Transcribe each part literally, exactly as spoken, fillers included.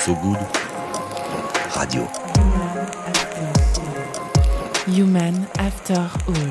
So Good Radio. Human After All.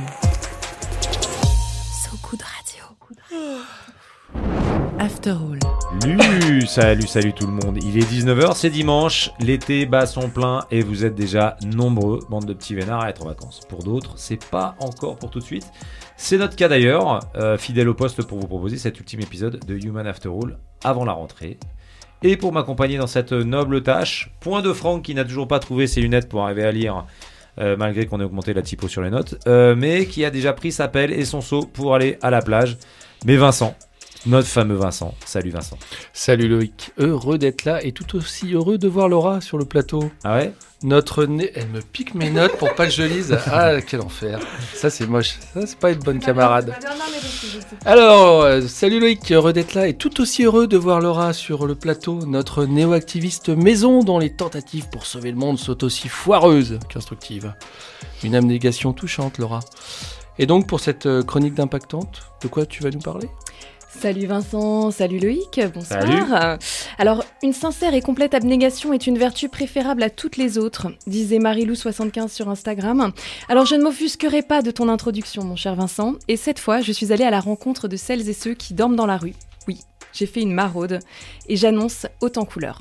So Good Radio. After All. Salut, salut, salut tout le monde. Il est dix-neuf heures, c'est dimanche, l'été bat son plein et vous êtes déjà nombreux, bande de petits vénards à être en vacances. Pour d'autres, c'est pas encore pour tout de suite. C'est notre cas d'ailleurs, euh, fidèle au poste pour vous proposer cet ultime épisode de Human After All avant la rentrée. Et pour m'accompagner dans cette noble tâche, point de Franck qui n'a toujours pas trouvé ses lunettes pour arriver à lire, euh, malgré qu'on ait augmenté la typo sur les notes, euh, mais qui a déjà pris sa pelle et son seau pour aller à la plage. Mais Vincent, notre fameux Vincent. Salut Vincent. Salut Loïc. Heureux d'être là et tout aussi heureux de voir Laura sur le plateau. Ah ouais ? Notre nez... Elle me pique mes notes pour pas que je lise. Ah, quel enfer. Ça, c'est moche. Ça, c'est pas une bonne camarade. Alors, euh, salut Loïc. Heureux d'être là et tout aussi heureux de voir Laura sur le plateau. Notre néo-activiste maison dont les tentatives pour sauver le monde sont aussi foireuses qu'instructives. Une abnégation touchante, Laura. Et donc, pour cette chronique d'impactante, de quoi tu vas nous parler ? Salut Vincent, salut Loïc, bonsoir. Salut. Alors, une sincère et complète abnégation est une vertu préférable à toutes les autres, disait Marilou soixante-quinze sur Instagram. Alors, je ne m'offusquerai pas de ton introduction, mon cher Vincent, et cette fois, je suis allée à la rencontre de celles et ceux qui dorment dans la rue. Oui, j'ai fait une maraude, et j'annonce haute en couleur.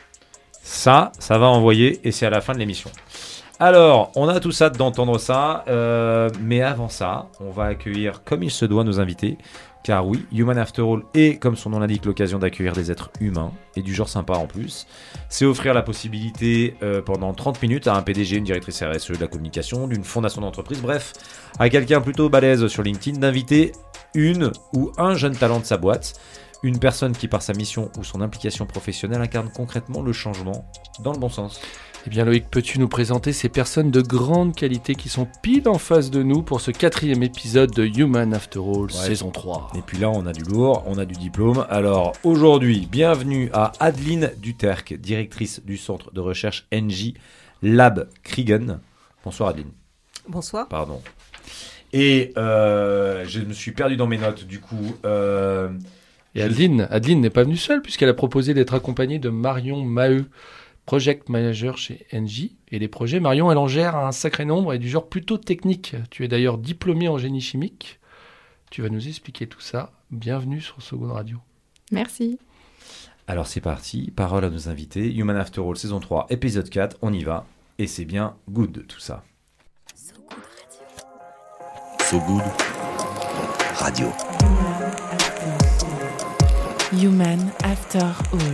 Ça, ça va envoyer, et c'est à la fin de l'émission. Alors, on a tout ça d'entendre ça, euh, mais avant ça, on va accueillir comme il se doit nos invités. Car oui, Human After All est, comme son nom l'indique, l'occasion d'accueillir des êtres humains, et du genre sympa en plus. C'est offrir la possibilité euh, pendant trente minutes à un P D G, une directrice R S E, de la communication, d'une fondation d'entreprise, bref, à quelqu'un plutôt balèze sur LinkedIn, d'inviter une ou un jeune talent de sa boîte, une personne qui par sa mission ou son implication professionnelle incarne concrètement le changement dans le bon sens. Eh bien Loïc, peux-tu nous présenter ces personnes de grande qualité qui sont pile en face de nous pour ce quatrième épisode de Human After All, ouais. Saison trois. Et puis là, on a du lourd, on a du diplôme. Alors aujourd'hui, bienvenue à Adeline Duterque, directrice du centre de recherche N J Lab Kriegen. Bonsoir Adeline. Bonsoir. Pardon. Et euh, je me suis perdu dans mes notes, du coup... Euh, Et Adeline, Adeline n'est pas venue seule puisqu'elle a proposé d'être accompagnée de Marion Maheu, Project Manager chez N J. Et les projets, Marion, elle en gère un sacré nombre et du genre plutôt technique. Tu es d'ailleurs diplômée en génie chimique. Tu vas nous expliquer tout ça. Bienvenue sur So Good Radio. Merci. Alors c'est parti, parole à nos invités. Human After All, saison trois, épisode quatre, on y va. Et c'est bien good tout ça. So Good Radio. Human After All.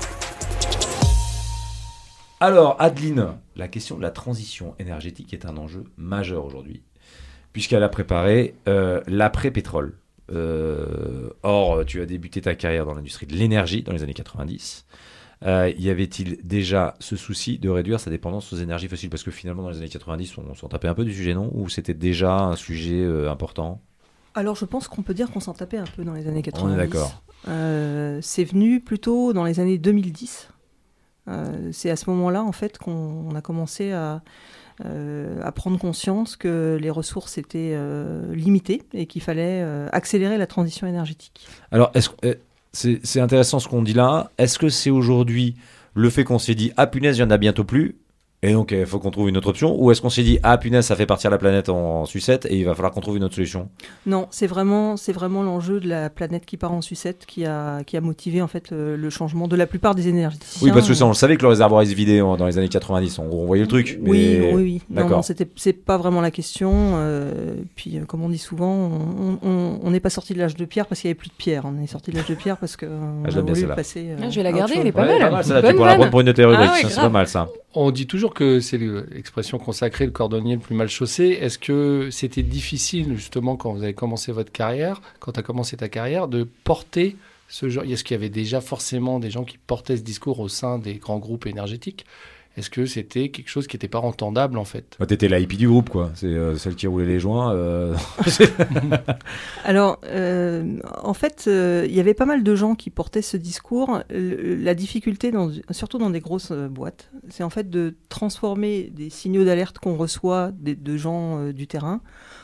Alors, Adeline, la question de la transition énergétique est un enjeu majeur aujourd'hui, puisqu'elle a préparé euh, l'après-pétrole. Euh, or, tu as débuté ta carrière dans l'industrie de l'énergie dans les années quatre-vingt-dix. Euh, y avait-il déjà ce souci de réduire sa dépendance aux énergies fossiles ? Parce que finalement, dans les années quatre-vingt-dix, on s'en tapait un peu du sujet, non ? Ou c'était déjà un sujet euh, important ? Alors, je pense qu'on peut dire qu'on s'en tapait un peu dans les années quatre-vingt-dix. On est d'accord. Euh, c'est venu plutôt dans les années deux mille dix. Euh, c'est à ce moment-là en fait qu'on on a commencé à, euh, à prendre conscience que les ressources étaient euh, limitées et qu'il fallait euh, accélérer la transition énergétique. Alors, est-ce, c'est, c'est intéressant ce qu'on dit là. Est-ce que c'est aujourd'hui le fait qu'on s'est dit « Ah punaise, il n'y en a bientôt plus » et donc il faut qu'on trouve une autre option, ou est-ce qu'on s'est dit « Ah punaise, ça fait partir la planète en sucette et il va falloir qu'on trouve une autre solution » ? Non, c'est vraiment, c'est vraiment l'enjeu de la planète qui part en sucette qui a, qui a motivé en fait le, le changement de la plupart des énergéticiens. Oui, parce que ça, on le savait que le réservoir il se vidait dans les années quatre-vingt-dix, on, on voyait le truc. Mais... Oui, oui, oui. D'accord. Non, non, c'était, c'est pas vraiment la question. Euh, puis, euh, comme on dit souvent, on n'est pas sorti de l'âge de pierre parce qu'il n'y avait plus de pierre. On est sorti de l'âge de pierre parce qu'on ah, a voulu passer... Euh, ah, je vais la garder, elle est pas ouais, mal. Pas mal ça, tu pourras la prendre pour une de tes rubriques, ah, ouais, ça, c'est pas mal ça. On dit toujours que c'est l'expression consacrée, le cordonnier le plus mal chaussé. Est-ce que c'était difficile, justement, quand vous avez commencé votre carrière, quand tu as commencé ta carrière, de porter ce genre... Est-ce qu'il y avait déjà forcément des gens qui portaient ce discours au sein des grands groupes énergétiques ? Est-ce que c'était quelque chose qui n'était pas entendable, en fait ? Bah, t'étais la hippie du groupe, quoi. C'est euh, celle qui roulait les joints. Euh... Alors, euh, en fait, il euh, y avait pas mal de gens qui portaient ce discours. Le, la difficulté, dans, surtout dans des grosses euh, boîtes, c'est en fait de transformer des signaux d'alerte qu'on reçoit des, de gens euh, du terrain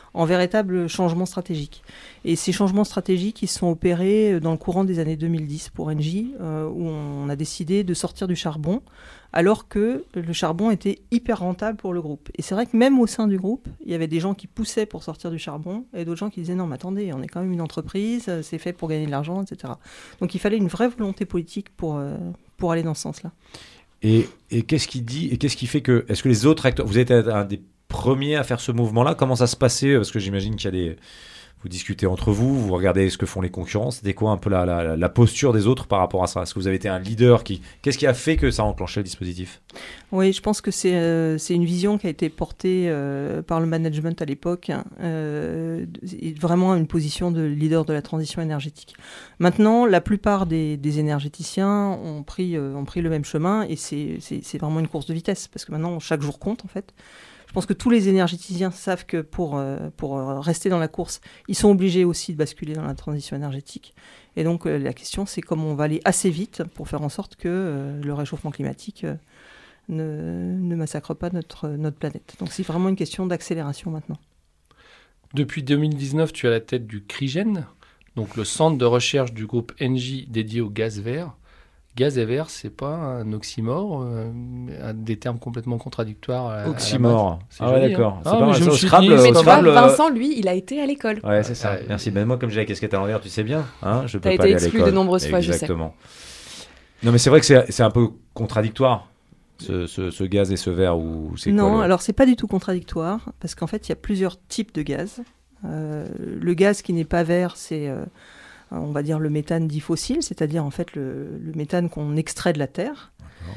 en véritable changement stratégique. Et ces changements stratégiques, ils sont opérés dans le courant des années deux mille dix pour Engie, euh, où on a décidé de sortir du charbon, alors que le charbon était hyper rentable pour le groupe. Et c'est vrai que même au sein du groupe, il y avait des gens qui poussaient pour sortir du charbon, et d'autres gens qui disaient « Non, mais attendez, on est quand même une entreprise, c'est fait pour gagner de l'argent, et cetera » Donc il fallait une vraie volonté politique pour, euh, pour aller dans ce sens-là. Et, et qu'est-ce qui dit, et qu'est-ce qui fait que, est-ce que les autres acteurs, vous êtes un des premiers à faire ce mouvement-là? Comment ça se passait? Parce que j'imagine qu'il y a des, vous discutez entre vous, vous regardez ce que font les concurrents. C'était quoi un peu la, la, la posture des autres par rapport à ça? Est-ce que vous avez été un leader qui, qu'est-ce qui a fait que ça a enclenché le dispositif? Oui, je pense que c'est, euh, c'est une vision qui a été portée euh, par le management à l'époque, hein, euh, vraiment une position de leader de la transition énergétique. Maintenant, la plupart des, des énergéticiens ont pris, euh, ont pris le même chemin et c'est, c'est, c'est vraiment une course de vitesse parce que maintenant, chaque jour compte en fait. Je pense que tous les énergéticiens savent que pour, euh, pour rester dans la course, ils sont obligés aussi de basculer dans la transition énergétique. Et donc, euh, la question, c'est comment on va aller assez vite pour faire en sorte que euh, le réchauffement climatique euh, ne, ne massacre pas notre, notre planète. Donc, c'est vraiment une question d'accélération maintenant. Depuis deux mille dix-neuf, tu es à la tête du CRIGEN, donc le centre de recherche du groupe Engie dédié au gaz vert. Gaz et vert, c'est pas un oxymore, euh, des termes complètement contradictoires. À, Oxymore. C'est ah ouais, joli, d'accord. Hein. C'est Ah, pas mal. je Ça, me au suis Scrabble, dit, au mais Tu vois, Scrabble, euh, Vincent, lui, il a été à l'école. Ouais, c'est ça. Euh, Merci. Ben moi, comme j'ai la casquette à l'envers, tu sais bien. Hein, je peux T'as pas été aller à exclu l'école. de nombreuses fois, je sais. Exactement. Non, mais c'est vrai que c'est, c'est un peu contradictoire, ce, ce, ce gaz et ce verre. Ou c'est Non, quoi, le... alors c'est pas du tout contradictoire, parce qu'en fait, il y a plusieurs types de gaz. Euh, le gaz qui n'est pas vert, c'est, euh, on va dire, le méthane dit fossile, c'est-à-dire en fait le, le méthane qu'on extrait de la Terre,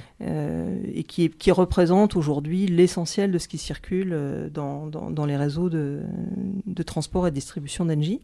euh, et qui, est, qui représente aujourd'hui l'essentiel de ce qui circule dans, dans, dans les réseaux de, de transport et de distribution d'Engie.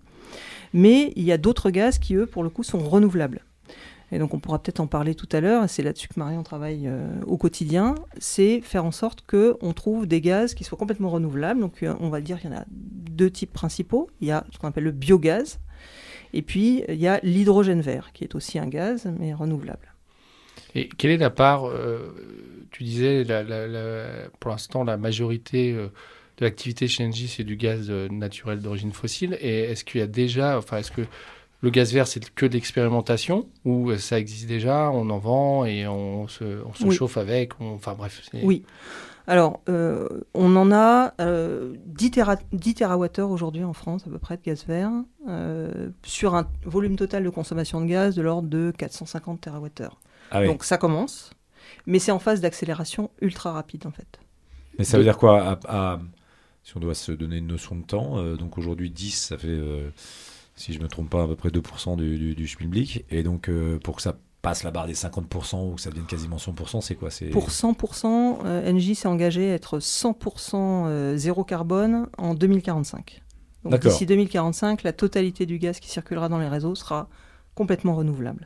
Mais il y a d'autres gaz qui, eux, pour le coup, sont renouvelables. Et donc on pourra peut-être en parler tout à l'heure, et c'est là-dessus que Marion travaille euh, au quotidien, c'est faire en sorte qu'on trouve des gaz qui soient complètement renouvelables. Donc euh, on va dire qu'il y en a deux types principaux. Il y a ce qu'on appelle le biogaz, et puis il y a l'hydrogène vert, qui est aussi un gaz, mais renouvelable. Et quelle est la part, euh, tu disais, la, la, la, pour l'instant, la majorité euh, de l'activité chez Engie, c'est du gaz euh, naturel d'origine fossile. Et est-ce qu'il y a déjà, enfin, est-ce que le gaz vert, c'est que de l'expérimentation ou ça existe déjà, on en vend et on se, on se Oui. chauffe avec, on, enfin bref. C'est... Oui. Alors, euh, on en a euh, dix térawattheures aujourd'hui en France, à peu près, de gaz vert, euh, sur un volume total de consommation de gaz de l'ordre de quatre cent cinquante térawattheures. Ah oui. Donc ça commence, mais c'est en phase d'accélération ultra rapide en fait. Mais ça veut dire quoi à, à, si on doit se donner une notion de temps, euh, donc aujourd'hui dix, ça fait, euh, si je ne me trompe pas, à peu près deux pour cent du, du, du schmilblick. Et donc euh, pour que ça passe la barre des cinquante pour cent ou que ça devienne quasiment cent pour cent, c'est quoi? C'est... Pour cent pour cent, euh, Engie s'est engagé à être cent pour cent euh, zéro carbone en deux mille quarante-cinq. Donc D'accord. d'ici deux mille quarante-cinq, la totalité du gaz qui circulera dans les réseaux sera complètement renouvelable.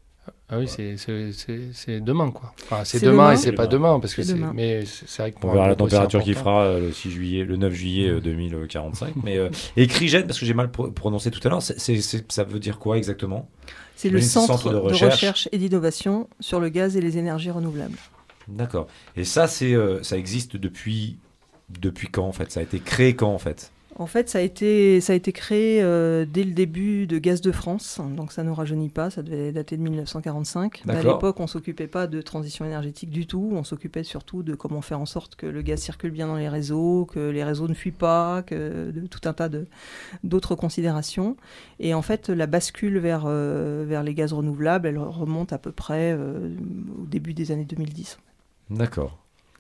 Ah oui, c'est, c'est, c'est, c'est demain, quoi. Enfin, c'est, C'est demain, demain. et c'est pas demain, parce que C'est c'est, demain. mais c'est, c'est vrai que On pour verra un la groupe aussi température qu'il important- fera euh, le six juillet, le neuf juillet euh, deux mille quarante-cinq. Mais euh, et CRIGEN, parce que j'ai mal pro- prononcé tout à l'heure, c'est, c'est, c'est- ça veut dire quoi exactement? C'est le Oui, c'est centre, centre de de, recherche. recherche. et d'innovation sur le gaz et les énergies renouvelables. D'accord. Et ça, c'est, euh, ça existe depuis, depuis quand en fait? Ça a été créé quand en fait? En fait, ça a été, ça a été créé euh, dès le début de Gaz de France, donc ça ne rajeunit pas, ça devait dater de mille neuf cent quarante-cinq. Mais à D'accord. l'époque, on ne s'occupait pas de transition énergétique du tout, on s'occupait surtout de comment faire en sorte que le gaz circule bien dans les réseaux, que les réseaux ne fuient pas, que de tout un tas de, d'autres considérations. Et en fait, la bascule vers, euh, vers les gaz renouvelables, elle remonte à peu près euh, au début des années deux mille dix. D'accord.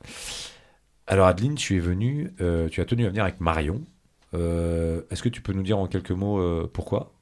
Alors Adeline, tu es venue, euh, tu as tenu à venir avec Marion. Euh, est-ce que tu peux nous dire en quelques mots euh, pourquoi?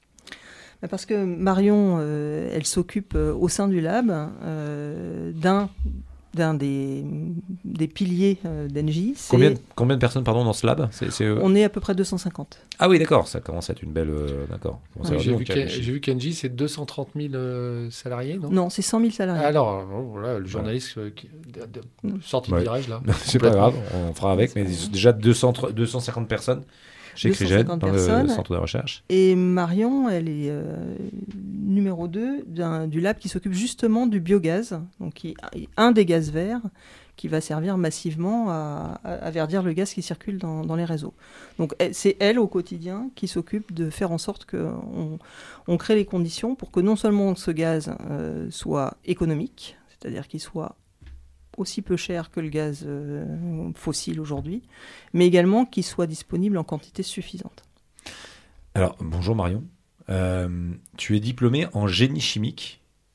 Parce que Marion, euh, elle s'occupe euh, au sein du lab euh, d'un, d'un des, des piliers euh, d'Engie. C'est- Combien, combien de personnes pardon, dans ce lab? c'est, c'est, euh... On est à peu près deux cent cinquante. Ah oui, d'accord, ça commence à être une belle... euh, d'accord. Bon, ça Oui, va j'ai, bien, vu tu as que, réfléchi. j'ai vu qu'Engie, c'est deux cent trente mille euh, salariés, non? Non, c'est cent mille salariés. Alors, bon, voilà, le journaliste euh, qui, de, de, sorti Ouais. de virage, là. C'est pas Complètement. grave, on fera avec, mais déjà deux cents, deux cent cinquante personnes. chez deux cent Crigène, cinquante dans personnes. le centre de recherche. Et Marion, elle est euh, numéro deux d'un, du lab qui s'occupe justement du biogaz, donc qui, un des gaz verts qui va servir massivement à, à, à verdir le gaz qui circule dans, dans les réseaux. Donc c'est elle au quotidien qui s'occupe de faire en sorte qu'on on crée les conditions pour que non seulement ce gaz euh, soit économique, c'est-à-dire qu'il soit aussi peu cher que le gaz euh, fossile aujourd'hui, mais également qu'il soit disponible en quantité suffisante. Alors, bonjour Marion. Euh, tu es diplômée en génie chimique.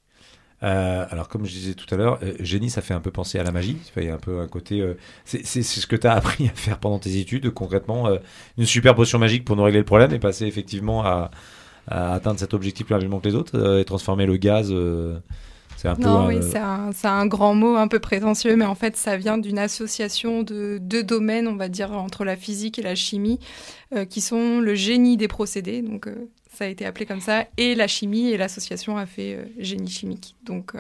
Euh, alors, comme je disais tout à l'heure, euh, génie, ça fait un peu penser à la magie. Il y a un peu un côté... Euh, c'est, c'est, c'est ce que tu as appris à faire pendant tes études, concrètement. Euh, une super potion magique pour nous régler le problème et passer effectivement à, à atteindre cet objectif plus rapidement que les autres euh, et transformer le gaz... Euh, c'est un non, peu, oui, euh... c'est un, c'est un grand mot un peu prétentieux, mais en fait, ça vient d'une association de deux domaines, on va dire, entre la physique et la chimie, euh, qui sont le génie des procédés, donc euh, ça a été appelé comme ça, et la chimie, et l'association a fait euh, génie chimique. Donc, euh,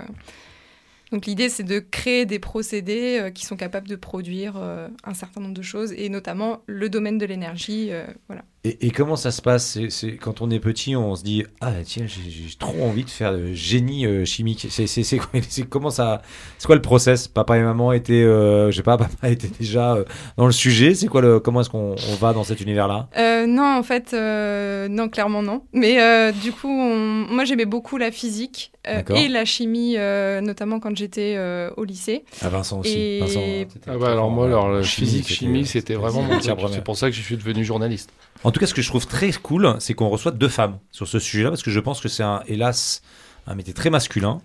donc l'idée, c'est de créer des procédés euh, qui sont capables de produire euh, un certain nombre de choses, et notamment le domaine de l'énergie, euh, voilà. Et, et comment ça se passe c'est, c'est, quand on est petit, on se dit « Ah tiens, j'ai, j'ai trop envie de faire de génie euh, chimique. » C'est, c'est, c'est, c'est, c'est, comment ça, c'est quoi le process? Papa et maman étaient, euh, je sais pas, papa était déjà euh, dans le sujet. C'est quoi le, comment est-ce qu'on on va dans cet univers-là? euh, Non, en fait, euh, non, clairement non. Mais euh, du coup, on... moi j'aimais beaucoup la physique euh, et la chimie, euh, notamment quand j'étais euh, au lycée. Ah, Vincent aussi. Et... Vincent, ah bah alors moi, alors, la physique, chimie, c'était, c'était vraiment mon truc. C'est pour ça que je suis devenu journaliste. En tout cas, ce que je trouve très cool, c'est qu'on reçoit deux femmes sur ce sujet-là, parce que je pense que c'est, un, hélas, un métier très masculin.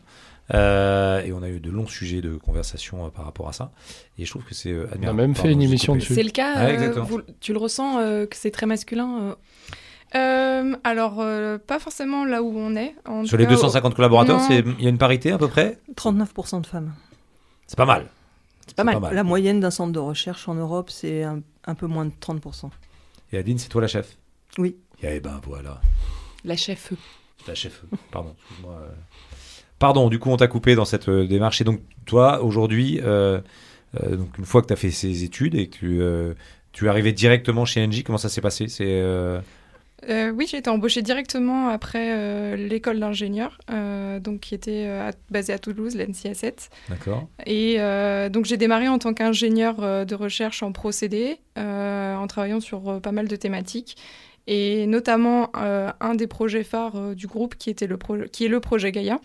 Euh, et on a eu de longs sujets de conversation euh, par rapport à ça. Et je trouve que c'est euh, admirable. On a même Pardon, fait une émission dessus. C'est le cas ah, euh, vous, Tu le ressens euh, que c'est très masculin euh... Euh, alors, euh, pas forcément là où on est. En sur les cas, deux cent cinquante collaborateurs, il y a une parité à peu près? trente-neuf pour cent de femmes. C'est pas mal. C'est pas, c'est mal. pas mal. La moyenne d'un centre de recherche en Europe, c'est un, un peu moins de trente pour cent. Et Adine, c'est toi la chef? Oui. Et ben voilà. La chef. La chef, pardon, excuse-moi. Euh... Pardon, du coup, on t'a coupé dans cette euh, démarche. Et donc, toi, aujourd'hui, euh, euh, donc une fois que tu as fait ces études et que tu, euh, tu es arrivé directement chez Engie, comment ça s'est passé? C'est, euh... Euh, oui, j'ai été embauchée directement après euh, l'école d'ingénieur, euh, donc qui était euh, à, basée à Toulouse, l'N C A sept. D'accord. Et euh, donc j'ai démarré en tant qu'ingénieur euh, de recherche en procédés, euh, en travaillant sur euh, pas mal de thématiques, et notamment euh, un des projets phares euh, du groupe qui était le pro- qui est le projet Gaïa.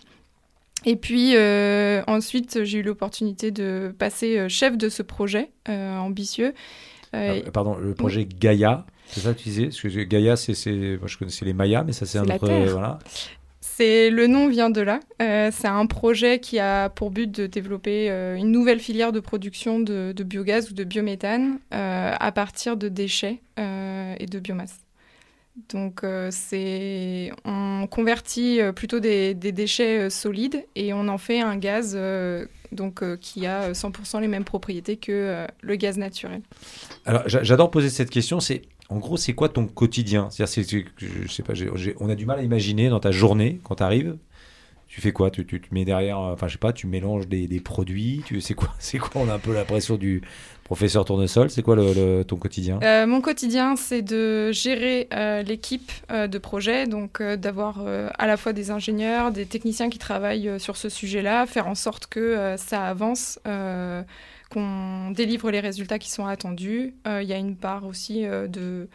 Et puis euh, ensuite, j'ai eu l'opportunité de passer euh, chef de ce projet euh, ambitieux. Euh, ah, pardon, le projet mmh. Gaïa. C'est ça que tu disais? Parce que Gaïa, c'est, c'est... Moi, je connaissais les Mayas, mais ça, c'est, c'est un autre... Euh, voilà. C'est... Le nom vient de là. Euh, c'est un projet qui a pour but de développer euh, une nouvelle filière de production de, de biogaz ou de biométhane euh, à partir de déchets euh, et de biomasse. Donc, euh, c'est... on convertit euh, plutôt des, des déchets euh, solides et on en fait un gaz euh, donc, euh, qui a cent pour cent les mêmes propriétés que euh, le gaz naturel. Alors, j'adore poser cette question. C'est... En gros, c'est quoi ton quotidien? C'est-à-dire, c'est, c'est, je sais pas, j'ai, j'ai, on a du mal à imaginer dans ta journée, quand tu arrives, tu fais quoi? Tu, tu te mets derrière, enfin, je sais pas, tu mélanges des, des produits, tu, c'est quoi, c'est quoi? On a un peu l'impression du professeur Tournesol. C'est quoi le, le, ton quotidien? euh, Mon quotidien, c'est de gérer euh, l'équipe euh, de projet, donc euh, d'avoir euh, à la fois des ingénieurs, des techniciens qui travaillent euh, sur ce sujet-là, faire en sorte que euh, ça avance, euh, qu'on délivre les résultats qui sont attendus. Il euh, y a une part aussi euh, de,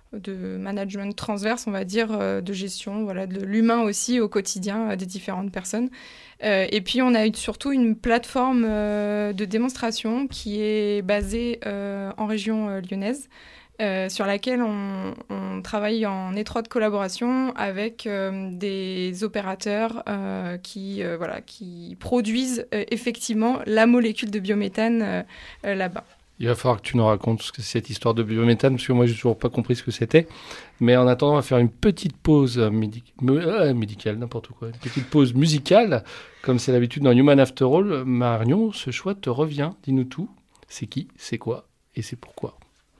de management transverse, on va dire, euh, de gestion, voilà, de l'humain aussi au quotidien euh, des différentes personnes. Euh, et puis, on a eu surtout une plateforme euh, de démonstration qui est basée euh, en région euh, lyonnaise, euh, sur laquelle on, on travaille en étroite collaboration avec euh, des opérateurs euh, qui, euh, voilà, qui produisent euh, effectivement la molécule de biométhane euh, euh, là-bas. Il va falloir que tu nous racontes ce que c'est cette histoire de biométhane, parce que moi, j'ai toujours pas compris ce que c'était. Mais en attendant, on va faire une petite pause médic... euh, médicale, n'importe quoi. Une petite pause musicale, comme c'est l'habitude dans Human After All. Marion, ce choix te revient. Dis-nous tout. C'est qui, c'est quoi et c'est pourquoi?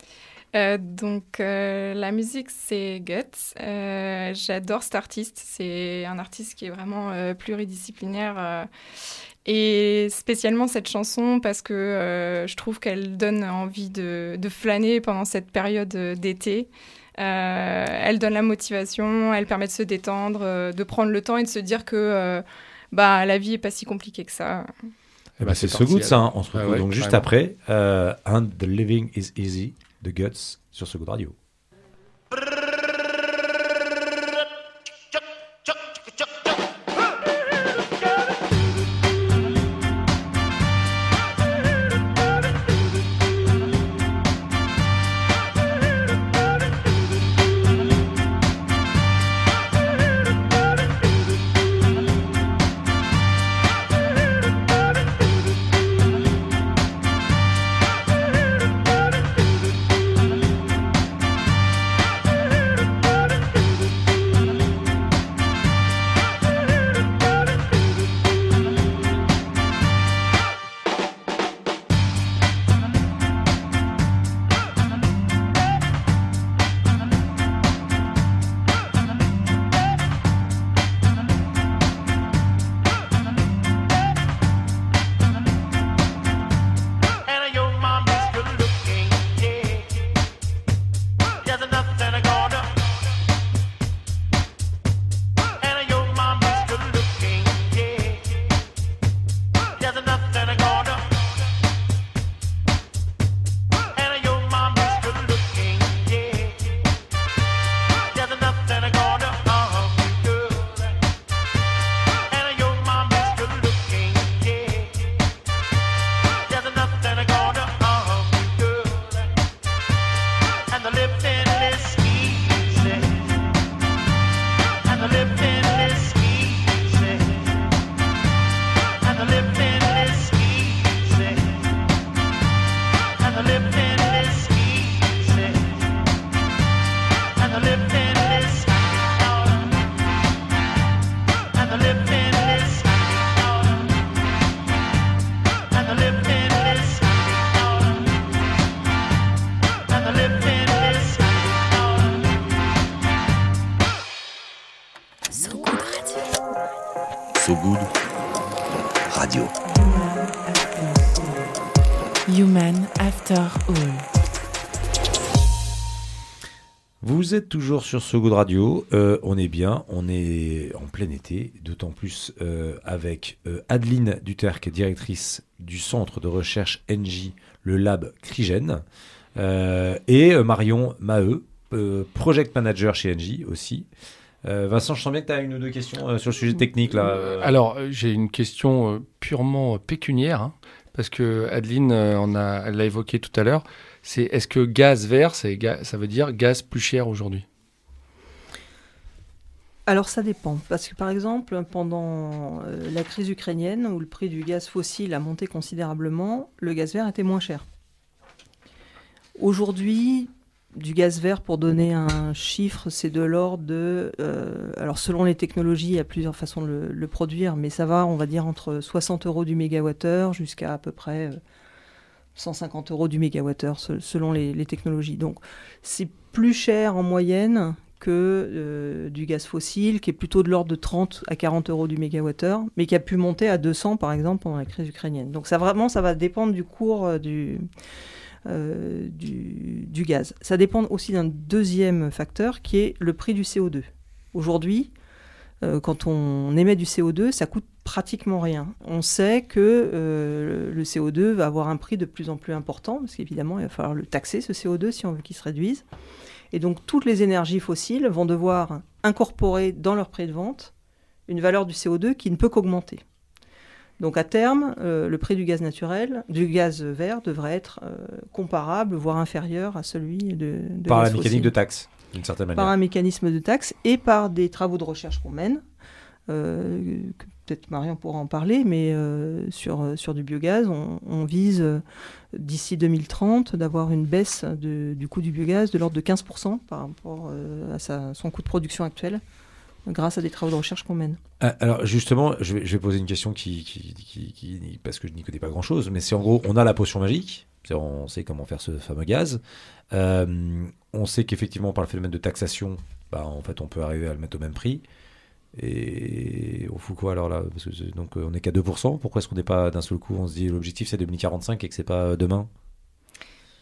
Euh, donc, euh, la musique, c'est Guts. Euh, j'adore cet artiste. C'est un artiste qui est vraiment euh, pluridisciplinaire. Euh, et spécialement cette chanson parce que euh, je trouve qu'elle donne envie de, de flâner pendant cette période d'été. Euh, elle donne la motivation, elle permet de se détendre, euh, de prendre le temps et de se dire que euh, bah, la vie n'est pas si compliquée que ça. Eh ben, c'est c'est So Good, parti, ça. alors. Hein. On se retrouve Ah ouais, donc juste carrément. après. Euh, And the Living is Easy, The Guts, sur So Good Radio. So Good Radio. Human After All. Vous êtes toujours sur So Good Radio, euh, on est bien, on est en plein été, d'autant plus euh, avec euh, Adeline Duterque, directrice du centre de recherche N J, le lab Crigène, euh, et euh, Marion Maheu, euh, project manager chez N J aussi. Euh, Vincent, je sens bien que tu as une ou deux questions euh, sur le sujet technique là. Euh... Alors, j'ai une question euh, purement pécuniaire, hein, parce que Adeline, euh, on a, elle l'a évoqué tout à l'heure. C'est est-ce que gaz vert, c'est ga- ça veut dire gaz plus cher aujourd'hui ? Alors ça dépend, parce que par exemple, pendant euh, la crise ukrainienne, où le prix du gaz fossile a monté considérablement, le gaz vert était moins cher. Aujourd'hui, du gaz vert, pour donner un chiffre, c'est de l'ordre de... Euh, alors selon les technologies, il y a plusieurs façons de le, le produire, mais ça va, on va dire, entre soixante euros du mégawattheure jusqu'à à peu près... Euh, cent cinquante euros du mégawattheure selon les, les technologies. Donc c'est plus cher en moyenne que euh, du gaz fossile, qui est plutôt de l'ordre de trente à quarante euros du mégawattheure, mais qui a pu monter à deux cents par exemple pendant la crise ukrainienne. Donc ça vraiment, ça va dépendre du cours euh, du, euh, du, du gaz. Ça dépend aussi d'un deuxième facteur qui est le prix du C O deux. Aujourd'hui, euh, quand on émet du C O deux, ça coûte pratiquement rien. On sait que euh, le C O deux va avoir un prix de plus en plus important, parce qu'évidemment, il va falloir le taxer, ce C O deux, si on veut qu'il se réduise. Et donc, toutes les énergies fossiles vont devoir incorporer dans leur prix de vente une valeur du C O deux qui ne peut qu'augmenter. Donc, à terme, euh, le prix du gaz naturel, du gaz vert, devrait être euh, comparable, voire inférieur à celui de, de Par gaz la mécanique fossile. de taxe, d'une certaine manière. Par un mécanisme de taxe et par des travaux de recherche qu'on mène. Euh, que peut-être Marion pourra en parler, mais euh, sur, sur du biogaz, on, on vise euh, d'ici deux mille trente d'avoir une baisse de, du coût du biogaz de l'ordre de quinze pour cent par rapport euh, à sa, son coût de production actuel, grâce à des travaux de recherche qu'on mène. Alors justement, je vais, je vais poser une question qui, qui, qui, qui, parce que je n'y connais pas grand-chose, mais c'est en gros, on a la potion magique, on sait comment faire ce fameux gaz, euh, on sait qu'effectivement par le phénomène de taxation, bah, en fait on peut arriver à le mettre au même prix. Et on fout quoi alors là ? Parce que c'est, donc on n'est qu'à deux pour cent. Pourquoi est-ce qu'on n'est pas d'un seul coup, on se dit l'objectif c'est deux mille quarante-cinq et que c'est pas demain ?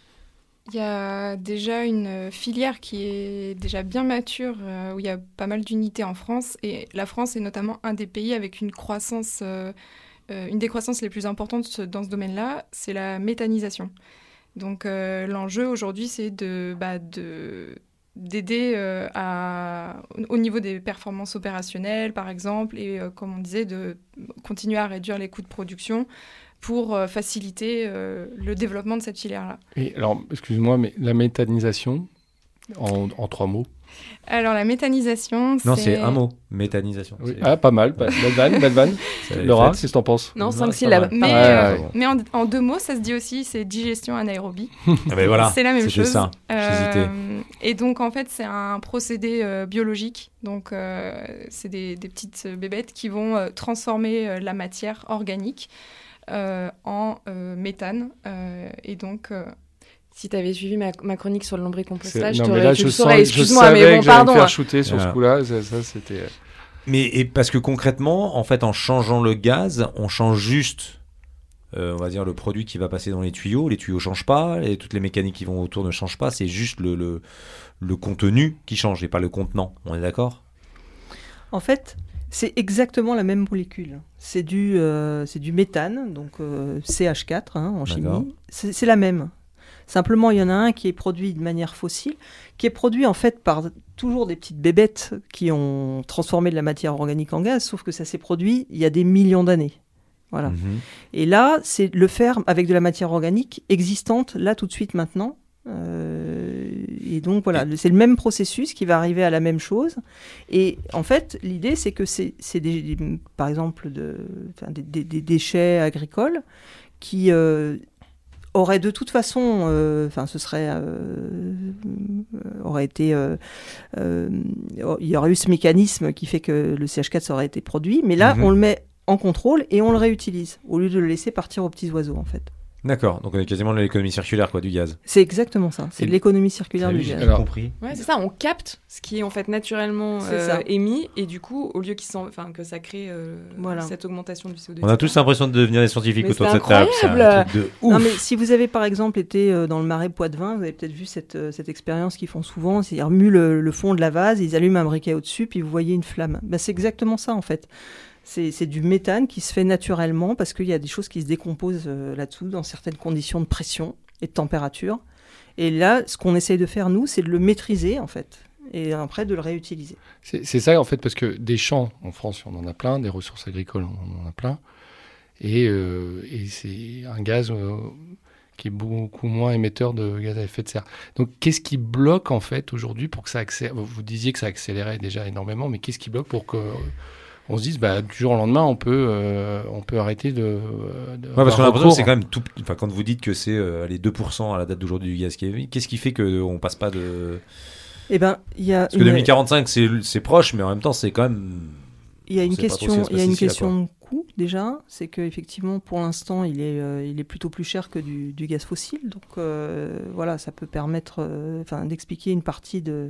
Il y a déjà une filière qui est déjà bien mature, euh, où il y a pas mal d'unités en France. Et la France est notamment un des pays avec une croissance, euh, euh, une des croissances les plus importantes dans ce domaine-là, c'est la méthanisation. Donc euh, l'enjeu aujourd'hui, c'est de, bah, de, d'aider euh, à, au niveau des performances opérationnelles, par exemple, et euh, comme on disait, de continuer à réduire les coûts de production pour euh, faciliter euh, le développement de cette filière-là. Et alors, excuse-moi, mais la méthanisation, en, en trois mots. Alors, la méthanisation, Non, c'est... c'est un mot, méthanisation. Oui. C'est- Ah, pas mal. Belle vanne, belle vanne. ça l'avait Laura, fait. qu'est-ce que t'en penses? Non, Non, cinq c'est syllabes. pas Mais, Ouais, euh, ouais. mais en, en deux mots, ça se dit aussi, c'est digestion anaérobie. Ah ben voilà, c'est la même c'était chose. ça. Euh, J'hésitais. et donc, en fait, c'est un procédé euh, biologique. Donc, euh, c'est des, des petites bébêtes qui vont euh, transformer euh, la matière organique euh, en euh, méthane. Euh, et donc... euh, Si tu avais suivi ma, ma chronique sur le C'est- lombricompostage, non, mais t'aurais- là, tu je le sens, saurais. je Excuse-moi, savais mais bon, que j'allais pardon. me faire shooter sur Voilà. ce coup-là. Ça, ça, c'était... Mais et parce que concrètement, en fait, en changeant le gaz, on change juste, euh, on va dire, le produit qui va passer dans les tuyaux. Les tuyaux changent pas, et toutes les mécaniques qui vont autour ne changent pas. C'est juste le, le, le contenu qui change et pas le contenant. On est d'accord? En fait, c'est exactement la même molécule. C'est du, euh, c'est du méthane, donc euh, C H quatre hein, en D'accord. chimie. C'est, c'est la même. Simplement, il y en a un qui est produit de manière fossile, qui est produit en fait par toujours des petites bébêtes qui ont transformé de la matière organique en gaz, sauf que ça s'est produit il y a des millions d'années. Voilà. Mhm. Et là, c'est le faire avec de la matière organique existante, là, tout de suite, maintenant. Euh, et donc, voilà, le- c'est le même processus qui va arriver à la même chose. Et en fait, l'idée, c'est que c'est, c'est des, des- par exemple, de, enfin, des, des- des déchets agricoles qui euh, auraient de toute façon, euh, enfin, ce serait, euh, euh, aurait été, euh, euh, il y aurait eu ce mécanisme qui fait que le C H quatre aurait été produit, mais là, Mhm. on le met en contrôle et on le réutilise au lieu de le laisser partir aux petits oiseaux, en fait. D'accord, donc on est quasiment dans l'économie circulaire, quoi, du gaz. C'est exactement ça. C'est Et- de l'économie circulaire Salut, du j'ai gaz. Alors- compris. Ouais, c'est ça, on capte ce qui est en fait naturellement C'est euh, ça. émis et du coup, au lieu qu'il s'en... enfin, que ça crée euh, Voilà. cette augmentation du C O deux. On a tous l'impression de devenir des scientifiques Mais autour de c'est cette table. C'est un incroyable. truc de Non, ouf. mais si vous avez par exemple été euh, dans le marais Poitevin, vous avez peut-être vu cette, euh, cette expérience qu'ils font souvent, c'est qu'ils remuent le, le fond de la vase, ils allument un briquet au-dessus, puis vous voyez une flamme. Ben, c'est exactement ça en fait. C'est, c'est du méthane qui se fait naturellement parce qu'il y a des choses qui se décomposent euh, là-dessous dans certaines conditions de pression et de température. Et là, ce qu'on essaye de faire, nous, c'est de le maîtriser en fait, et après de le réutiliser. C'est, c'est ça, en fait, parce que des champs, en France, on en a plein, des ressources agricoles, on en a plein. Et, euh, et c'est un gaz euh, qui est beaucoup moins émetteur de gaz à effet de serre. Donc, qu'est-ce qui bloque, en fait, aujourd'hui pour que ça accélère? Vous disiez que ça accélérait déjà énormément, mais qu'est-ce qui bloque pour que... On se dise, bah, du jour au lendemain, on peut, euh, on peut arrêter de. de Ouais, parce qu'on a l'impression que recours. c'est quand même tout. Enfin, quand vous dites que c'est euh, les deux pour cent à la date d'aujourd'hui du gaz qui est émis, qu'est-ce qui fait qu'on passe pas de. Eh ben, il y a Parce que une- deux mille quarante-cinq, c'est, c'est proche, mais en même temps, c'est quand même. Il y a On une sait pas trop ce qui question, va se il y a passer une d'ici là, question de coût déjà, c'est qu'effectivement pour l'instant il est, euh, il est plutôt plus cher que du, du gaz fossile, donc euh, voilà, ça peut permettre, euh, enfin, d'expliquer une partie de,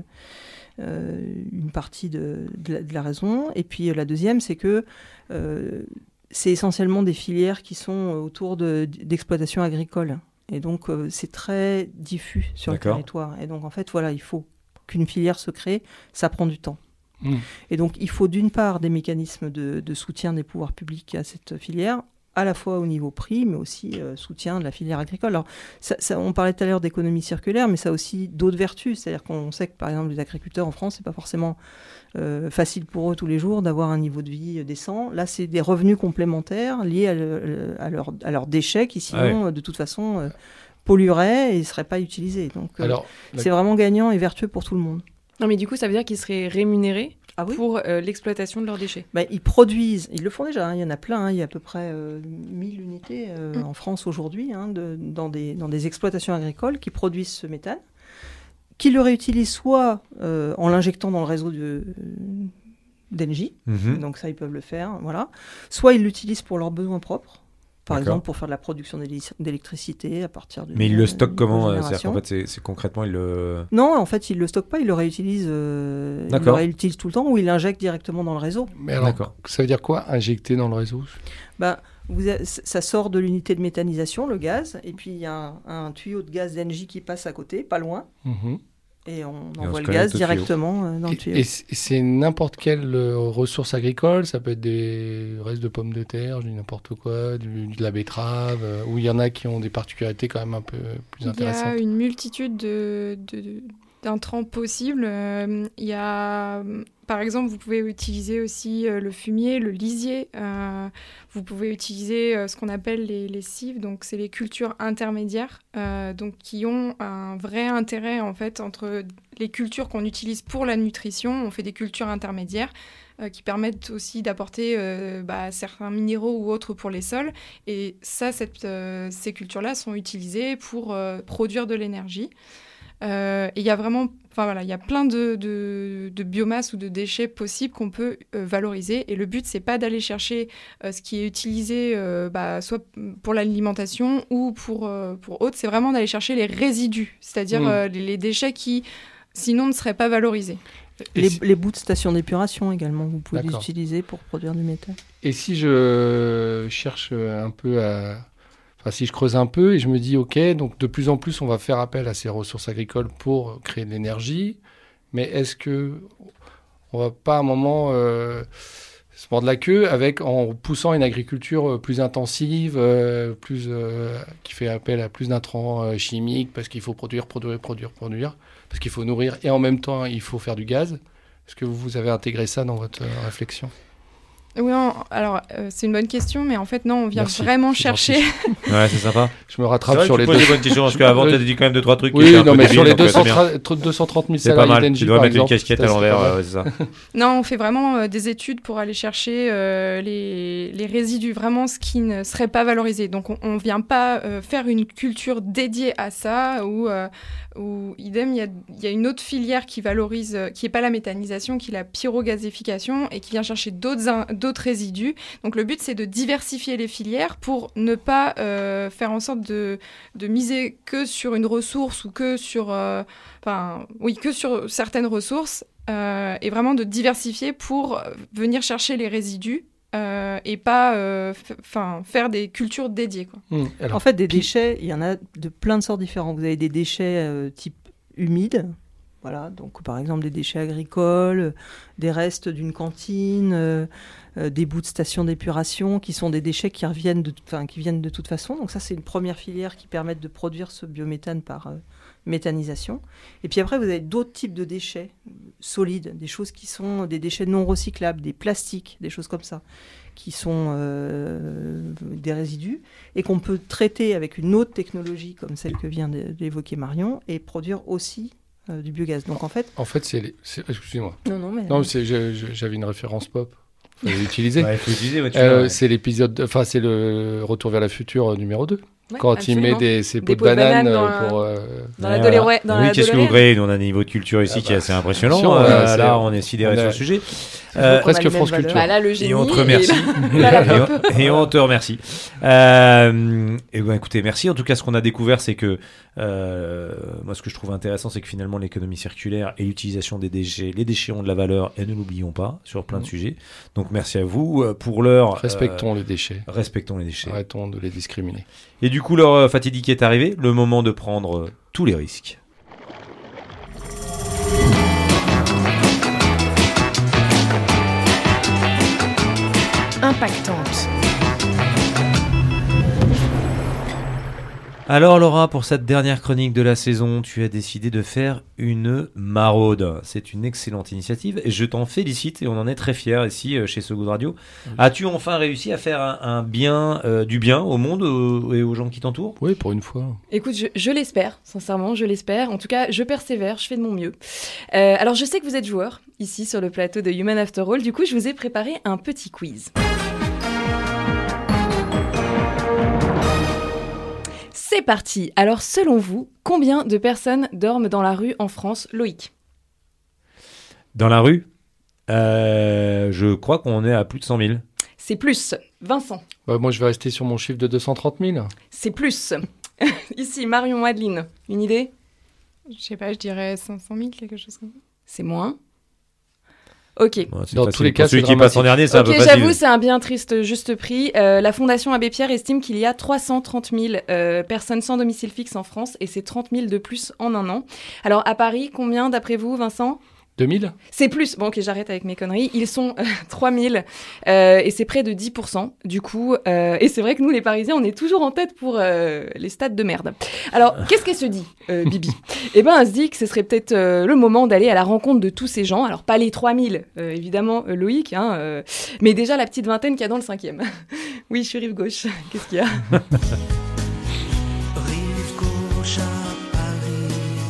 euh, une partie de, de, la, de la raison. Et puis euh, la deuxième, c'est que euh, c'est essentiellement des filières qui sont autour de, d'exploitation agricole, et donc euh, c'est très diffus sur D'accord. le territoire. Et donc en fait voilà, il faut qu'une filière se crée, ça prend du temps. Mmh. Et donc, il faut d'une part des mécanismes de, de soutien des pouvoirs publics à cette filière, à la fois au niveau prix, mais aussi euh, soutien de la filière agricole. Alors, ça, ça, on parlait tout à l'heure d'économie circulaire, mais ça a aussi d'autres vertus. C'est-à-dire qu'on sait que, par exemple, les agriculteurs en France, c'est pas forcément euh, facile pour eux tous les jours d'avoir un niveau de vie décent. Là, c'est des revenus complémentaires liés à, le, à, leur, à leurs déchets qui, sinon, Ah ouais. de toute façon, euh, pollueraient et ne seraient pas utilisés. Donc, euh, Alors, la- c'est vraiment gagnant et vertueux pour tout le monde. Non, mais du coup, ça veut dire qu'ils seraient rémunérés Ah oui. pour euh, l'exploitation de leurs déchets. Bah, ils produisent, ils le font déjà, hein, il y en a plein, hein, il y a à peu près euh, mille unités euh, Mm. en France aujourd'hui, hein, de- dans, des, dans des exploitations agricoles qui produisent ce méthane, qui le réutilisent soit euh, en l'injectant dans le réseau de, d'Engie, Mhm. donc ça ils peuvent le faire, voilà, soit ils l'utilisent pour leurs besoins propres, par D'accord. exemple pour faire de la production d'éli- d'électricité à partir de... Mais ils le stockent comment euh, génération. C'est-à-dire qu'en fait, c'est, c'est concrètement, ils le. Non, en fait, ils ne le stockent pas, ils le réutilisent, euh, ils le D'accord. réutilisent tout le temps ou ils l'injectent directement dans le réseau. mais alors, D'accord. ça veut dire quoi, injecter dans le réseau? Bah, vous a- ça sort de l'unité de méthanisation, le gaz, et puis il y a un, un tuyau de gaz d'E N J qui passe à côté, pas loin, Mhm. et on on envoie se le gaz connecte au tuyau. directement euh, dans le Et, tuyau. et c'est et c'est n'importe quelle euh, ressource agricole, ça peut être des restes de pommes de terre, je dis n'importe quoi, du- de la betterave, euh, où il y en a qui ont des particularités quand même un peu plus Il y a intéressantes. une multitude de, de- d'intrants possibles. Euh, il y a, par exemple, vous pouvez utiliser aussi euh, le fumier, le lisier. Euh, vous pouvez utiliser euh, ce qu'on appelle les, les cives, donc c'est les cultures intermédiaires, euh, donc qui ont un vrai intérêt en fait entre les cultures qu'on utilise pour la nutrition. On fait des cultures intermédiaires euh, qui permettent aussi d'apporter euh, bah, certains minéraux ou autres pour les sols. Et ça, cette, euh, ces cultures-là sont utilisées pour euh, produire de l'énergie. Euh, et il y a vraiment, enfin voilà, il y a plein de, de, de biomasse ou de déchets possibles qu'on peut euh, valoriser. Et le but, c'est pas d'aller chercher euh, ce qui est utilisé, euh, bah, soit pour l'alimentation ou pour euh, pour autre. C'est vraiment d'aller chercher les résidus, c'est-à-dire Mm. euh, les, les déchets qui, sinon, ne seraient pas valorisés. Et, Les, si, les bouts de station d'épuration également, vous pouvez les D'accord. utiliser pour produire du méthane. et si je cherche un peu à... Enfin, si je creuse un peu et je me dis, OK, donc de plus en plus, on va faire appel à ces ressources agricoles pour créer de l'énergie, mais est-ce que on va pas à un moment euh, se mordre la queue avec, en poussant une agriculture plus intensive, euh, plus, euh, qui fait appel à plus d'intrants euh, chimiques, parce qu'il faut produire, produire, produire, produire, parce qu'il faut nourrir, et en même temps, il faut faire du gaz. Est-ce que vous avez intégré ça dans votre euh, réflexion? Oui, on- alors euh, c'est une bonne question, mais en fait non, on vient Merci, vraiment c'est chercher. Ouais, c'est sympa. Je me C'est rattrape vrai sur que les tu poses deux. des bonnes questions parce qu'avant, Oui. tu as dit quand même deux trois trucs qui Oui, étaient un non, peu mais sur débiles, les donc, euh, c'est bien. deux cent trente mille C'est pas salariés mal. d'Engie, Tu dois par mettre une exemple, casquette ça, à c'est l'envers, pas mal. ouais, c'est ça. Non, on fait vraiment euh, des études pour aller chercher euh, les, les résidus, vraiment ce qui ne serait pas valorisé. Donc on ne vient pas euh, faire une culture dédiée à ça, ou, euh, ou idem, il y a, y a une autre filière qui valorise, euh, qui n'est pas la méthanisation, qui est la pyrogazéfication, et qui vient chercher d'autres in- d'autres résidus. Donc le but, c'est de diversifier les filières pour ne pas euh, faire en sorte de, de miser que sur une ressource ou que sur, euh, enfin, oui, que sur certaines ressources. Euh, et vraiment de diversifier pour venir chercher les résidus euh, et pas euh, f- enfin, faire des cultures dédiées, quoi. Hum, alors, En fait, des puis- déchets, il y en a de plein de sortes différentes. Vous avez des déchets euh, type humide, voilà, donc par exemple des déchets agricoles, euh, des restes d'une cantine, euh, euh, des bouts de station d'épuration, qui sont des déchets qui reviennent de, enfin, qui viennent de toute façon. Donc ça, c'est une première filière qui permet de produire ce biométhane par euh, méthanisation. Et puis après, vous avez d'autres types de déchets solides, des choses qui sont des déchets non recyclables, des plastiques, des choses comme ça, qui sont euh, des résidus et qu'on peut traiter avec une autre technologie comme celle que vient de- d'évoquer Marion et produire aussi euh, du biogaz. Donc en fait, En fait, c'est... les- c'est- Excusez-moi. non, non, mais Non, c'est, je- je- j'avais une référence pop. Il fallait l'utiliser. Ouais, il faut utiliser, ouais, tu Euh, vois, ouais. C'est l'épisode, enfin c'est le Retour vers la future euh, numéro deux. Ouais, Quand absolument. il met des, ses Des pots de banane dans euh, la- pour... euh, Dans Ouais, la voilà. Dolé- dans Oui, la qu'est-ce que vous Dolorène. croyez? Nous, on a un niveau de culture ici Ah qui est bah, assez impressionnant. attention, Euh, euh, c'est- là, on est sidéré on sur a- le sujet. on Euh, a presque les mêmes France valeurs. Culture. Bah là, le génie. Et on te remercie. et la- la et, pop. on, et on te remercie. Euh, et ben, écoutez, merci. En tout cas, ce qu'on a découvert, c'est que euh, moi, ce que je trouve intéressant, c'est que finalement, l'économie circulaire et l'utilisation des déchets, les déchets ont de la valeur, et ne l'oublions pas sur plein de Mhm. sujets. Donc, merci à vous Euh, pour l'heure. Respectons euh, les déchets. respectons les déchets. Arrêtons de les discriminer. Et du coup, l'heure euh, fatidique est arrivée. Le moment de prendre euh, tous les risques. Impactante. Alors Laura, pour cette dernière chronique de la saison, tu as décidé de faire une maraude. C'est une excellente initiative et je t'en félicite et on en est très fiers ici euh, chez So Good Radio. As-tu enfin réussi à faire un, un bien, euh, du bien au monde euh, et aux gens qui t'entourent? Oui, pour une fois. Écoute, je, je l'espère, sincèrement, je l'espère. En tout cas, je persévère, je fais de mon mieux. Euh, alors, je sais que vous êtes joueurs, ici, sur le plateau de Human After All. Du coup, je vous ai préparé un petit quiz. C'est parti. Alors, selon vous, combien de personnes dorment dans la rue en France, Loïc? Dans la rue, euh, je crois qu'on est à plus de cent mille. C'est plus. Vincent? Bah, moi, je vais rester sur mon chiffre de deux cent trente mille. C'est plus. Ici, Marion, Adeline, une idée? Je sais pas, je dirais cinq cent mille, quelque chose comme ça. C'est moins. Ok. Bon, c'est Dans facile. tous les Pour cas, celui c'est qui passe en dramatique. dernier, c'est un Ok, peu facile. j'avoue, c'est un bien triste juste prix. Euh, la Fondation Abbé Pierre estime qu'il y a trois cent trente mille euh, personnes sans domicile fixe en France et c'est trente mille de plus en un an. Alors, à Paris, combien d'après vous, Vincent ? deux mille ? C'est plus. Bon, ok, j'arrête avec mes conneries. Ils sont euh, trois mille euh, et c'est près de dix pour cent du coup. Euh, et c'est vrai que nous, les Parisiens, on est toujours en tête pour euh, les stades de merde. Alors, qu'est-ce qu'elle se dit, euh, Bibi ? Eh ben, elle se dit que ce serait peut-être euh, le moment d'aller à la rencontre de tous ces gens. Alors, pas les trois mille, euh, évidemment, euh, Loïc, hein, euh, mais déjà la petite vingtaine qu'il y a dans le cinquième. Oui, je suis rive gauche. Qu'est-ce qu'il y a ? Rive gauche à Paris.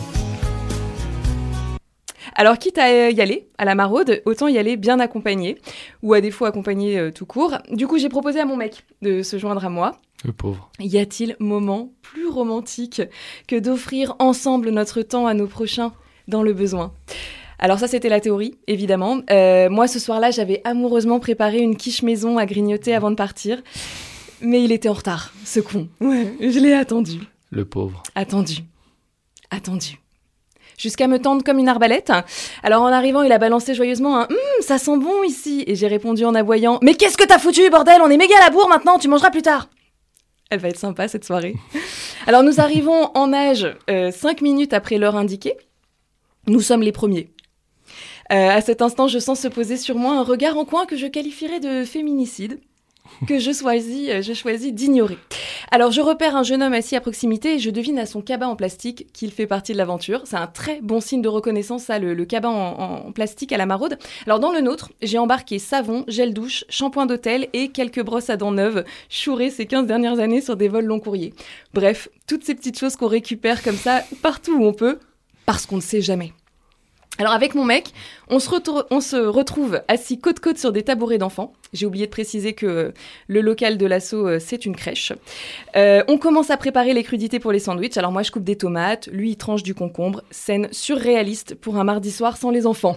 Alors, quitte à y aller à la maraude, autant y aller bien accompagné, ou à défaut accompagné euh, tout court. Du coup, j'ai proposé à mon mec de se joindre à moi. Le pauvre. Y a-t-il moment plus romantique que d'offrir ensemble notre temps à nos prochains dans le besoin ? Alors ça, c'était la théorie, évidemment. Euh, moi, ce soir-là, j'avais amoureusement préparé une quiche maison à grignoter avant de partir. Mais il était en retard, ce con. Ouais, je l'ai attendu. Le pauvre. Attendu. Attendu. Jusqu'à me tendre comme une arbalète. Alors en arrivant, il a balancé joyeusement un « Hum, ça sent bon ici !» Et j'ai répondu en aboyant « Mais qu'est-ce que t'as foutu, bordel ? On est méga à la bourre maintenant, tu mangeras plus tard !» Elle va être sympa, cette soirée. Alors nous arrivons en nage euh, cinq minutes après l'heure indiquée. Nous sommes les premiers. Euh, à cet instant, je sens se poser sur moi un regard en coin que je qualifierais de féminicide, que je choisis, euh, je choisis d'ignorer. Alors, je repère un jeune homme assis à proximité et je devine à son cabas en plastique qu'il fait partie de l'aventure. C'est un très bon signe de reconnaissance, ça, le, le cabas en, en plastique à la maraude. Alors, dans le nôtre, j'ai embarqué savon, gel douche, shampoing d'hôtel et quelques brosses à dents neuves, chourées ces quinze dernières années sur des vols long courriers. Bref, toutes ces petites choses qu'on récupère comme ça, partout où on peut, parce qu'on ne sait jamais. Alors avec mon mec, on se, retou- on se retrouve assis côte-côte sur des tabourets d'enfants. J'ai oublié de préciser que euh, le local de l'asso, euh, c'est une crèche. Euh, on commence à préparer les crudités pour les sandwichs. Alors moi, je coupe des tomates, lui, il tranche du concombre. Scène surréaliste pour un mardi soir sans les enfants.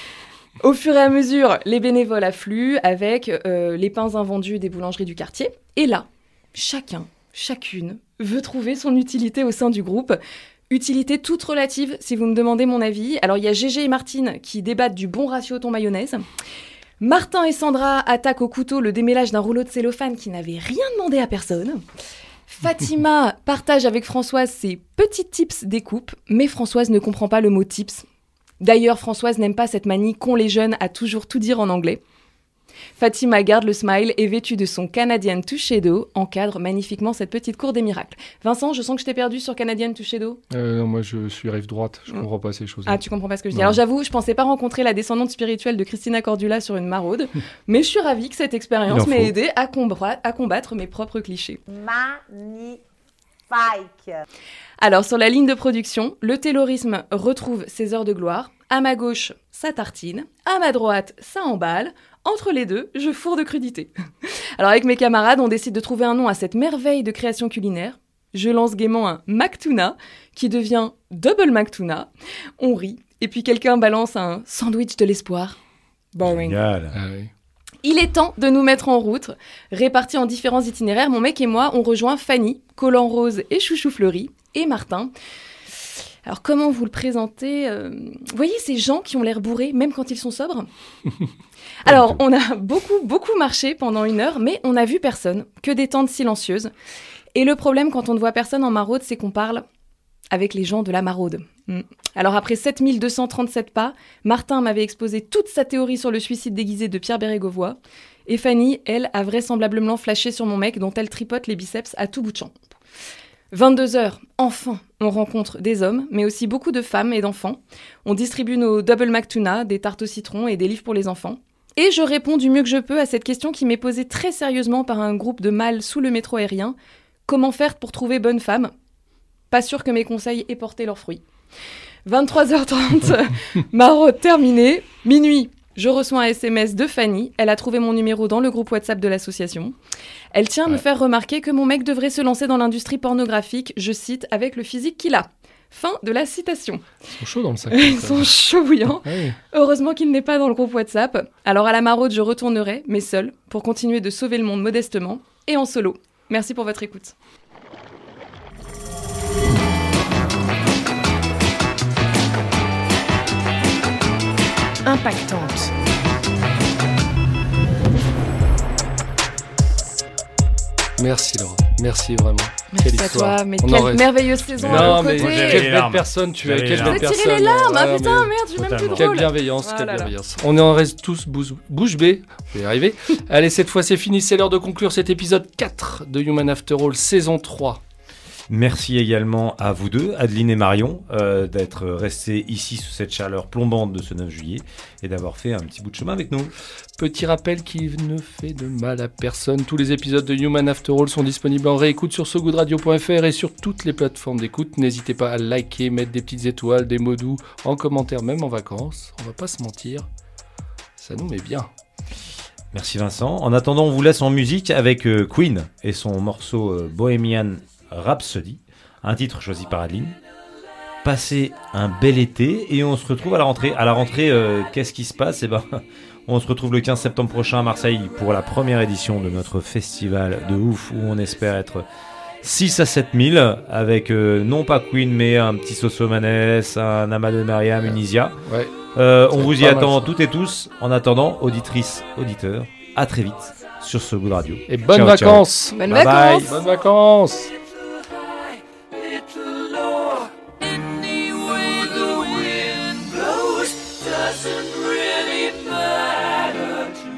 Au fur et à mesure, les bénévoles affluent avec euh, les pains invendus des boulangeries du quartier. Et là, chacun, chacune veut trouver son utilité au sein du groupe. Utilité toute relative, si vous me demandez mon avis. Alors, il y a Gégé et Martine qui débattent du bon ratio thon mayonnaise. Martin et Sandra attaquent au couteau le démêlage d'un rouleau de cellophane qui n'avait rien demandé à personne. Fatima partage avec Françoise ses petits tips découpe, mais Françoise ne comprend pas le mot tips. D'ailleurs, Françoise n'aime pas cette manie qu'ont les jeunes à toujours tout dire en anglais. Fatima garde le smile et vêtue de son Canadian Touché d'eau encadre magnifiquement cette petite cour des miracles. Vincent, je sens que je t'ai perdu sur Canadian Touché d'eau. Euh, non, moi je suis rive droite, je comprends pas ces choses. Ah, tu comprends pas ce que je dis. Non. Alors j'avoue, je pensais pas rencontrer la descendante spirituelle de Christina Cordula sur une maraude, mais je suis ravie que cette expérience Il en m'ait faut. aidé à, combra- à combattre mes propres clichés. Magnifique. Alors sur la ligne de production, le taylorisme retrouve ses heures de gloire. À ma gauche, ça tartine. À ma droite, ça emballe. Entre les deux, je fourre de crudité. Alors avec mes camarades, on décide de trouver un nom à cette merveille de création culinaire. Je lance gaiement un McTuna, qui devient Double McTuna. On rit, et puis quelqu'un balance un sandwich de l'espoir. Boring. Génial. Ah oui. Il est temps de nous mettre en route. Répartis en différents itinéraires, mon mec et moi, on rejoint Fanny, Collant Rose et Chouchou Fleuri, et Martin. Alors, comment vous le présenter euh... Vous voyez ces gens qui ont l'air bourrés, même quand ils sont sobres ? Alors, on a beaucoup, beaucoup marché pendant une heure, mais on n'a vu personne, que des tentes silencieuses. Et le problème, quand on ne voit personne en maraude, c'est qu'on parle avec les gens de la maraude. Mm. Alors, après sept mille deux cent trente-sept pas, Martin m'avait exposé toute sa théorie sur le suicide déguisé de Pierre Bérégovoy. Et Fanny, elle, a vraisemblablement flashé sur mon mec, dont elle tripote les biceps à tout bout de champ. vingt-deux heures, enfin, on rencontre des hommes, mais aussi beaucoup de femmes et d'enfants. On distribue nos Double McTuna, des tartes au citron et des livres pour les enfants. Et je réponds du mieux que je peux à cette question qui m'est posée très sérieusement par un groupe de mâles sous le métro aérien. Comment faire pour trouver bonne femme ? Pas sûr que mes conseils aient porté leurs fruits. vingt-trois heures trente, maraude terminée. Minuit, je reçois un S M S de Fanny. Elle a trouvé mon numéro dans le groupe WhatsApp de l'association. Elle tient à me Ouais. faire remarquer que mon mec devrait se lancer dans l'industrie pornographique, je cite, avec le physique qu'il a. Fin de la citation. Ils sont chauds dans le sac. Ils quand sont même. chauds bouillants. Ah oui. Heureusement qu'il n'est pas dans le groupe WhatsApp. Alors à la maraude, je retournerai, mais seule, pour continuer de sauver le monde modestement et en solo. Merci pour votre écoute. impactante. Merci Laura, merci vraiment. Merci Quelle à histoire. toi, mais On quelle aurait- merveilleuse saison Non, à Non vos mais côtés. j'avais quelle les belle larmes. personne tu es, J'avais quelle les belle larmes. Vous avez personne. tiré les larmes, ah Ouais, putain, mais- merde, je suis même plus Totalement. Quelle drôle. bienveillance, Oh quelle là là. bienveillance. On en reste tous bouche, bouche bée. Je vais y arriver. Allez, cette fois c'est fini, c'est l'heure de conclure cet épisode quatre de Human After All, saison trois. Merci également à vous deux, Adeline et Marion, euh, d'être restés ici sous cette chaleur plombante de ce neuf juillet et d'avoir fait un petit bout de chemin avec nous. Petit rappel qui ne fait de mal à personne. Tous les épisodes de Human After All sont disponibles en réécoute sur so good radio point f r et sur toutes les plateformes d'écoute. N'hésitez pas à liker, mettre des petites étoiles, des mots doux en commentaire, même en vacances. On va pas se mentir, ça nous met bien. Merci Vincent. En attendant, on vous laisse en musique avec euh, Queen et son morceau euh, Bohemian Rhapsody, un titre choisi par Adeline. Passez un bel été et on se retrouve à la rentrée. À la rentrée, euh, qu'est-ce qui se passe ? Eh ben, on se retrouve le quinze septembre prochain à Marseille pour la première édition de notre festival de ouf où on espère être six à sept mille avec euh, non pas Queen mais un petit Soso Manès, un Amadou Mariam, une Isia. Ouais. Euh, on C'est vous y pas mal, attend ça. toutes et tous. En attendant, auditrices, auditeurs, à très vite sur So Good Radio. Et bonnes Ciao, ciao. vacances. Bonnes Bye bye. vacances. Bonnes vacances. little lower. Any way the wind blows doesn't really matter to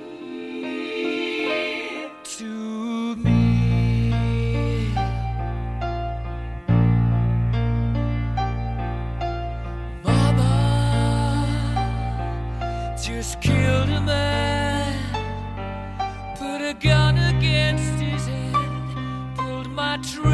me. To me. Mama just killed a man, put a gun against his head, pulled my trigger.